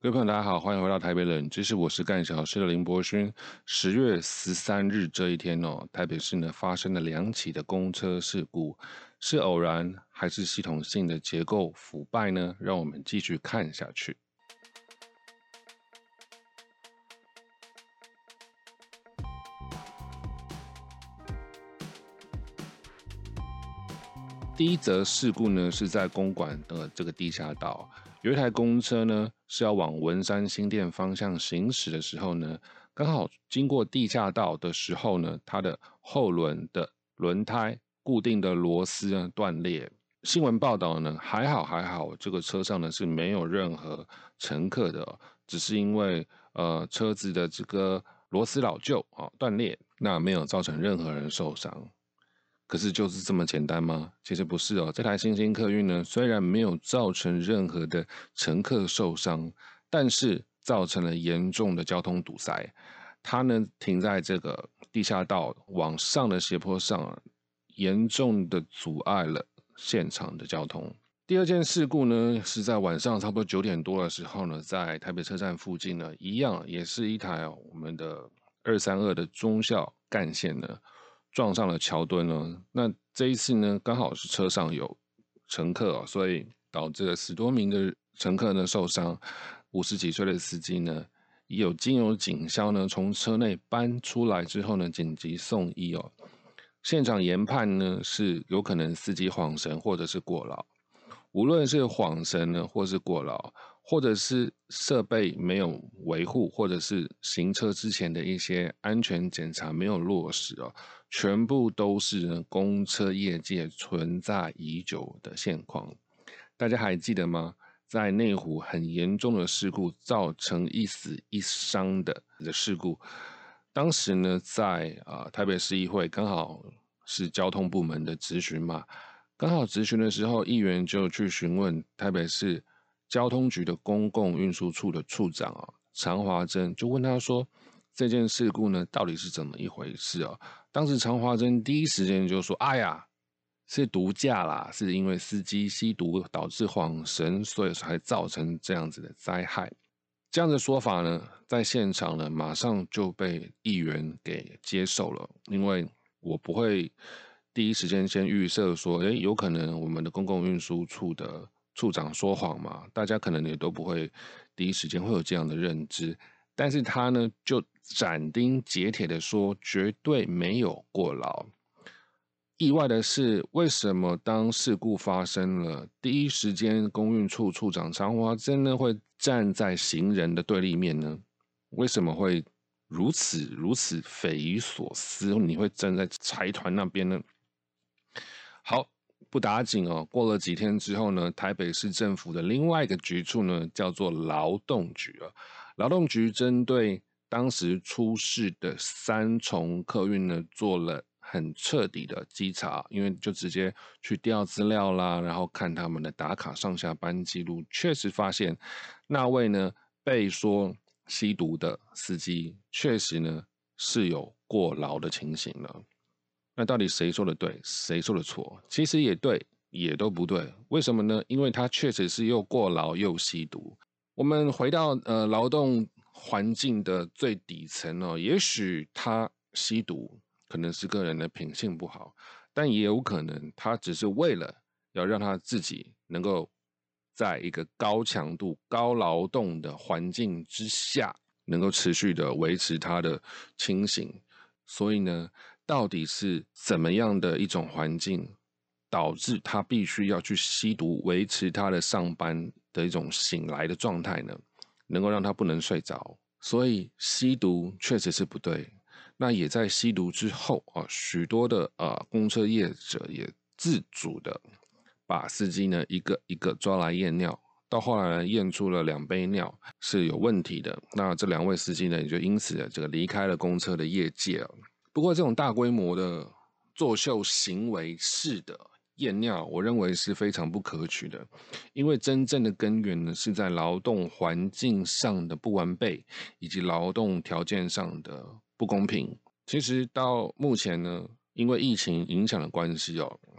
各位朋友，大家好，欢迎回到台北冷知识，我是干小事的林伯勋。10月13日这一天台北市呢发生了2起的公车事故，是偶然还是系统性的结构腐败呢？让我们继续看下去。第一则事故呢是在公馆的这个地下道，有一台公车呢是要往文山新店方向行驶的时候呢，刚好经过地下道的时候呢，它的后轮的轮胎固定的螺丝呢断裂。新闻报道呢还好，这个车上呢是没有任何乘客的，只是因为车子的这个螺丝老旧断裂，那没有造成任何人受伤。可是就是这么简单吗？其实不是哦。这台新兴客运呢，虽然没有造成任何的乘客受伤，但是造成了严重的交通堵塞。它呢停在这个地下道往上的斜坡上，严重的阻碍了现场的交通。第二件事故呢，是在晚上差不多9点多的时候呢，在台北车站附近呢，一样也是一台我们的232的忠孝干线呢。撞上了桥墩哦，那这一次呢，刚好是车上有乘客所以导致了10多名的乘客呢受伤，50几岁的司机呢，也有经由警消呢从车内搬出来之后呢，紧急送医哦。现场研判呢是有可能司机晃神或者是过劳。无论是晃神呢，或是过劳，或者是设备没有维护，或者是行车之前的一些安全检查没有落实全部都是呢公车业界存在已久的现况。大家还记得吗？在内湖很严重的事故，造成1死1伤的事故，当时呢在台北市议会刚好是交通部门的质询嘛。刚好质询的时候，议员就去询问台北市交通局的公共运输处的处长常华珍，就问他说这件事故呢到底是怎么一回事当时常华珍第一时间就说：“哎呀，是毒驾啦，是因为司机吸毒导致晃神，所以才造成这样子的灾害。”这样的说法呢，在现场呢马上就被议员给接受了，因为我不会第一时间先预设说，有可能我们的公共运输处的处长说谎嘛，大家可能也都不会第一时间会有这样的认知。但是他呢，就斩钉截铁的说，绝对没有过劳。意外的是，为什么当事故发生了，第一时间公运处处长常华珍呢会站在行人的对立面呢？为什么会如此匪夷所思？你会站在财团那边呢？好，不打紧过了几天之后呢，台北市政府的另外一个局处呢，叫做劳动局劳动局针对当时出事的3重客运呢，做了很彻底的稽查，因为就直接去调资料啦，然后看他们的打卡上下班记录，确实发现那位呢被说吸毒的司机，确实呢是有过劳的情形了。那到底谁说的对，谁说的错？其实也对，也都不对。为什么呢？因为他确实是又过劳又吸毒。我们回到劳动环境的最底层也许他吸毒可能是个人的品性不好，但也有可能他只是为了要让他自己能够在一个高强度、高劳动的环境之下，能够持续的维持他的清醒。所以呢，到底是怎么样的一种环境，导致他必须要去吸毒，维持他的上班的一种醒来的状态呢？能够让他不能睡着。所以吸毒确实是不对。那也在吸毒之后许多的公车业者也自主的把司机呢一个一个抓来验尿。到后来呢，验出了2杯尿是有问题的，那这2位司机呢，也就因此这个离开了公车的业界不过，这种大规模的作秀行为式的验尿，我认为是非常不可取的，因为真正的根源呢，是在劳动环境上的不完备，以及劳动条件上的不公平。其实到目前呢，因为疫情影响的关系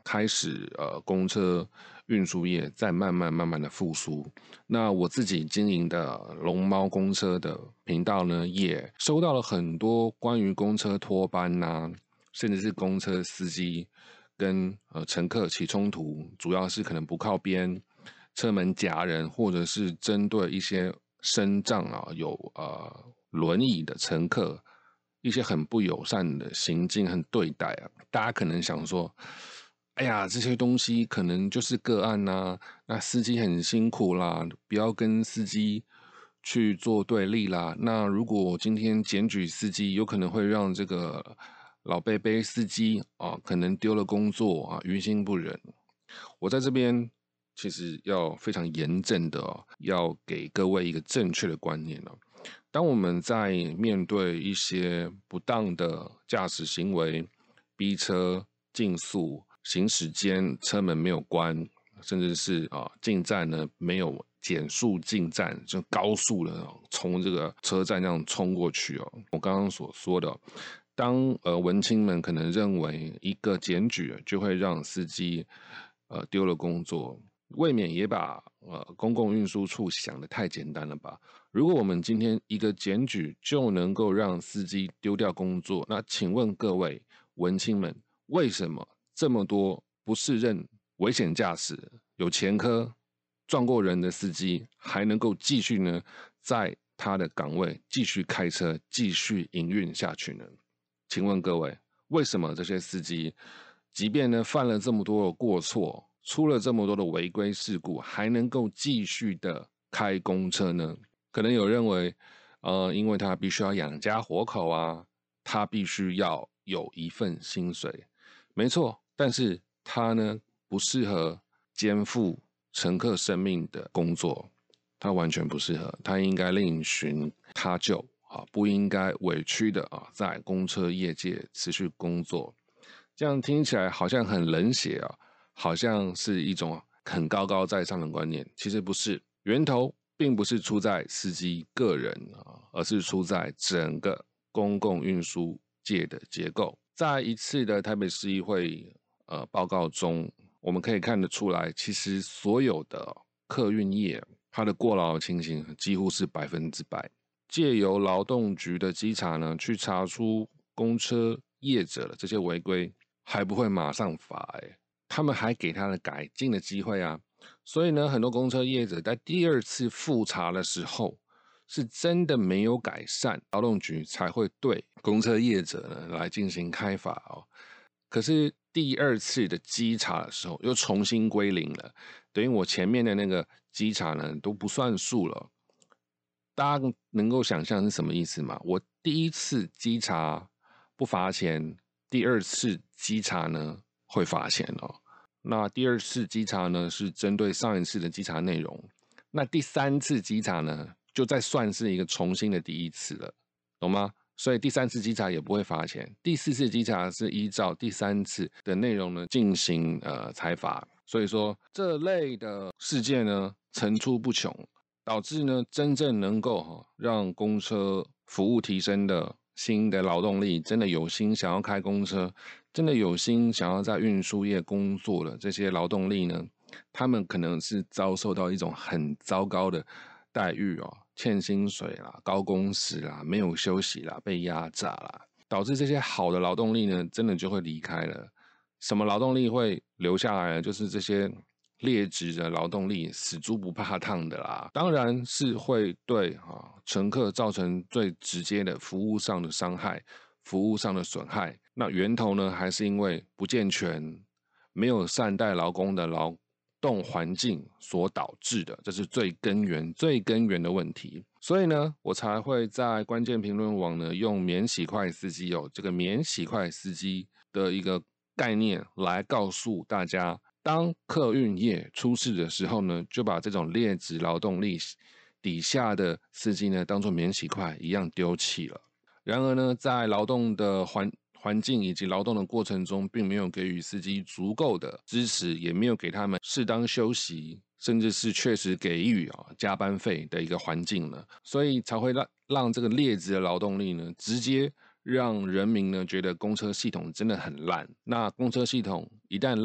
开始公车运输业在慢慢的复苏。那我自己经营的龙猫公车的频道呢，也收到了很多关于公车脱班甚至是公车司机跟乘客起冲突，主要是可能不靠边、车门夹人，或者是针对一些身障有轮椅的乘客一些很不友善的行径和对待大家可能想说，哎呀，这些东西可能就是个案那司机很辛苦啦，不要跟司机去做对立啦。那如果今天检举司机，有可能会让这个老贝贝司机可能丢了工作于心不忍。我在这边其实要非常严正的要给各位一个正确的观念当我们在面对一些不当的驾驶行为，逼车、竞速、行驶间车门没有关，甚至是进站呢没有减速进站，就高速的从这个车站这样冲过去我刚刚所说的，当文青们可能认为一个检举就会让司机丢了工作，未免也把公共运输处想得太简单了吧？如果我们今天一个检举就能够让司机丢掉工作，那请问各位文青们，为什么这么多不适任、危险驾驶、有前科、撞过人的司机还能够继续呢，在他的岗位继续开车、继续营运下去呢？请问各位，为什么这些司机，即便呢犯了这么多的过错，出了这么多的违规事故，还能够继续的开公车呢？可能有认为，因为他必须要养家活口他必须要有一份薪水，没错，但是他呢不适合肩负乘客生命的工作，他完全不适合，他应该另寻他救不应该委屈的在公车业界持续工作。这样听起来好像很冷血好像是一种很高高在上的观念，其实不是，源头并不是出在司机个人而是出在整个公共运输界的结构。在一次的台北市议会报告中，我们可以看得出来，其实所有的客运业它的过劳情形几乎是100%。借由劳动局的稽查呢，去查出公车业者的这些违规，还不会马上罚他们还给他的改进的机会所以呢，很多公车业者在第二次复查的时候，是真的没有改善，劳动局才会对公车业者呢来进行开罚可是第二次的稽查的时候，又重新归零了，等于我前面的那个稽查呢都不算数了。大家能够想象是什么意思吗？我第一次稽查不罚钱，第二次稽查呢会罚钱那第二次稽查呢是针对上一次的稽查内容，那第三次稽查呢就再算是一个重新的第一次了，懂吗？所以第三次稽查也不会罚钱，第四次稽查是依照第三次的内容呢进行裁罚。所以说这类的事件呢层出不穷，导致呢真正能够让公车服务提升的新的劳动力，真的有心想要开公车，真的有心想要在运输业工作的这些劳动力呢，他们可能是遭受到一种很糟糕的待遇欠薪水啦、高工时啦、没有休息啦、被压榨啦，导致这些好的劳动力呢，真的就会离开了。什么劳动力会留下来呢？就是这些劣质的劳动力，死猪不怕烫的啦，当然是会对乘客造成最直接的服务上的伤害、服务上的损害。那源头呢，还是因为不健全、没有善待劳工的劳动环境所导致的，这是最根源的问题。所以呢，我才会在关键评论网呢，用免洗筷司机这个免洗筷司机的一个概念来告诉大家，当客运业出事的时候呢，就把这种劣质劳动力底下的司机呢，当作免洗筷一样丢弃了。然而呢，在劳动的环境以及劳动的过程中，并没有给予司机足够的支持，也没有给他们适当休息，甚至是确实给予加班费的一个环境呢，所以才会让这个劣质的劳动力呢，直接让人民呢觉得公车系统真的很烂。那公车系统一旦烂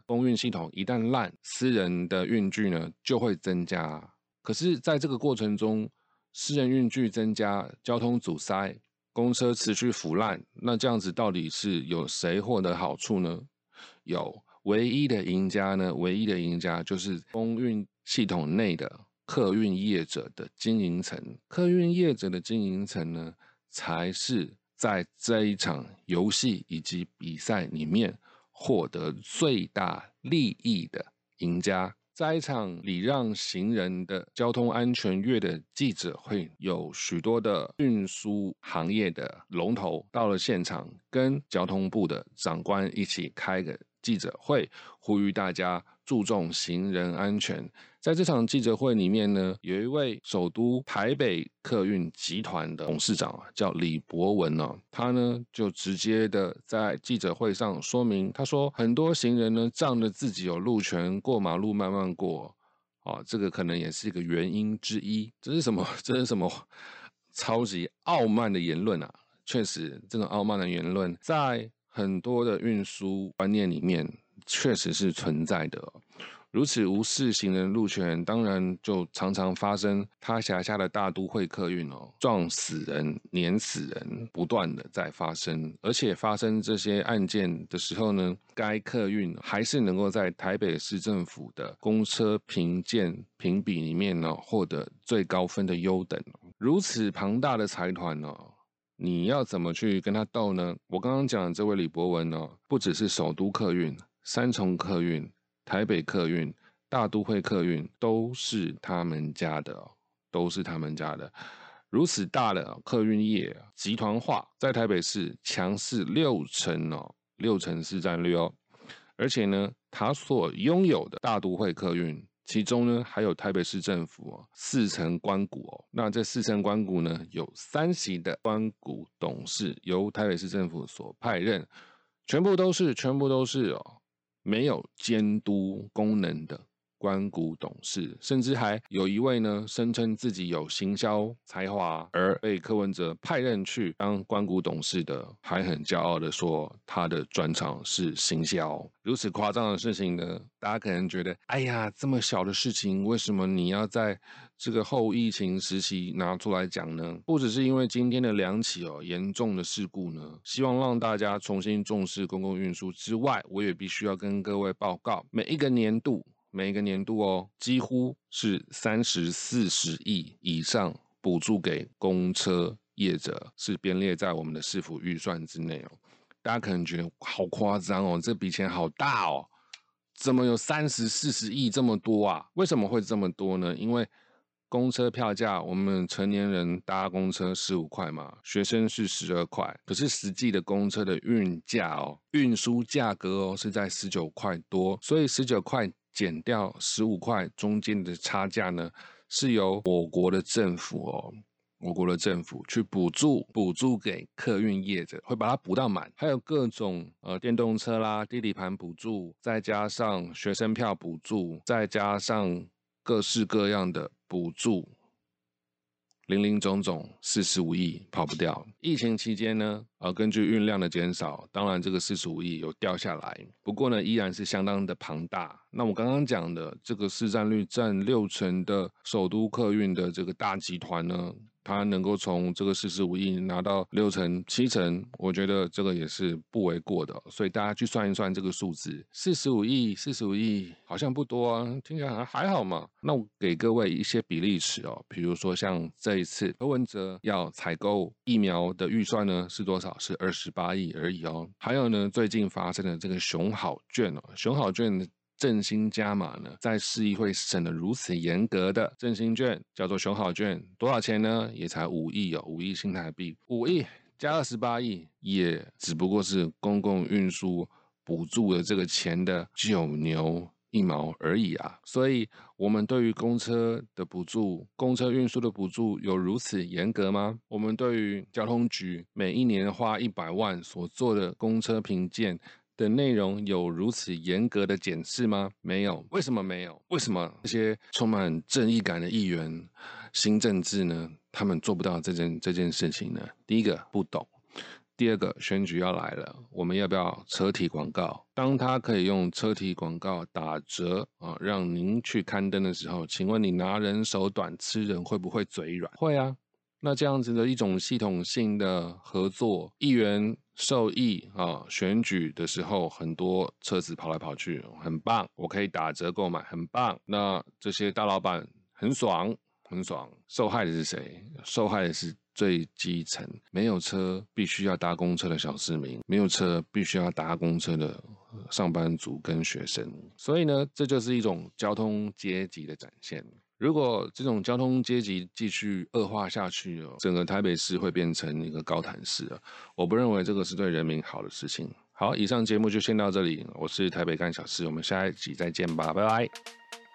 公运系统一旦烂，私人的运距呢就会增加。可是在这个过程中，私人运距增加，交通阻塞，公车持续腐烂，那这样子到底是有谁获得好处呢？唯一的赢家就是公运系统内的客运业者的经营层。客运业者的经营层呢，才是在这一场游戏以及比赛里面获得最大利益的赢家。在一场礼让行人的交通安全月的记者会，有许多的运输行业的龙头到了现场，跟交通部的长官一起开个记者会，呼吁大家注重行人安全。在这场记者会里面呢，有一位首都台北客运集团的董事长叫李博文他呢就直接的在记者会上说明，他说很多行人呢仗着自己有路权过马路慢慢过这个可能也是一个原因之一。这是什么超级傲慢的言论啊！确实，这种傲慢的言论在很多的运输观念里面确实是存在的如此无视行人路权，当然就常常发生他辖下的大都会客运撞死人、碾死人，不断的在发生。而且发生这些案件的时候呢，该客运还是能够在台北市政府的公车评鉴评比里面获得最高分的优等。如此庞大的财团你要怎么去跟他斗呢？我刚刚讲的这位李博文不只是首都客运、三重客运、台北客运、大都会客运都是他们家的如此大的客运业集团化，在台北市强势6成市占率而且呢，他所拥有的大都会客运，其中呢还有台北市政府4成官股那这4成官股呢，有3席的官股董事由台北市政府所派任，全部都是没有监督功能的官股董事，甚至还有一位呢声称自己有行销才华，而被柯文哲派任去当官股董事的，还很骄傲的说他的专长是行销。如此夸张的事情呢，大家可能觉得，哎呀，这么小的事情，为什么你要在这个后疫情时期拿出来讲呢？不只是因为今天的2起严重的事故呢，希望让大家重新重视公共运输之外，我也必须要跟各位报告，每一个年度几乎是30-40亿以上补助给公车业者，是编列在我们的市府预算之内大家可能觉得好夸张这笔钱好大怎么有30-40亿这么多啊？为什么会这么多呢？因为公车票价，我们成年人搭公车15块嘛，学生是12块，可是实际的公车的运输价格是在19块多，所以19块减掉15块中间的差价呢，是由我国的政府去补助给客运业者，会把它补到满，还有各种电动车啦、地理盘补助，再加上学生票补助，再加上各式各样的补助，林林总总45亿跑不掉。疫情期间呢，根据运量的减少，当然这个45亿有掉下来，不过呢依然是相当的庞大。那我刚刚讲的这个市占率占6成的首都客运的这个大集团呢，它能够从这个45亿拿到6成、7成，我觉得这个也是不为过的。所以大家去算一算这个数字，45亿好像不多啊，听起来还好嘛。那我给各位一些比例尺比如说像这一次柯文哲要采购疫苗的预算呢是多少？是28亿而已还有呢，最近发生的这个熊好券熊好券振兴加码呢，在市议会审得如此严格的振兴券，叫做熊好券，多少钱呢？也才5亿5亿新台币，5亿加28亿，也只不过是公共运输补助的这个钱的9牛1毛而已啊！所以，我们对于公车的补助、公车运输的补助有如此严格吗？我们对于交通局每一年花100万所做的公车评鉴的内容有如此严格的检视吗？没有。为什么没有？为什么这些充满正义感的议员、新政治呢，他们做不到这件事情呢？第一个不懂， 第二个，选举要来了，我们要不要车体广告？当他可以用车体广告打折啊，让您去刊登的时候，请问你拿人手短，吃人会不会嘴软？会啊。那这样子的一种系统性的合作，议员受益啊，选举的时候很多车子跑来跑去，很棒，我可以打折购买，很棒。那这些大老板很爽。很爽，受害的是谁？受害的是最基层，没有车必须要搭公车的小市民，没有车必须要搭公车的上班族跟学生。所以呢，这就是一种交通阶级的展现。如果这种交通阶级继续恶化下去整个台北市会变成一个高谈市了。我不认为这个是对人民好的事情。好，以上节目就先到这里，我是台北干小事，我们下一集再见吧，拜拜。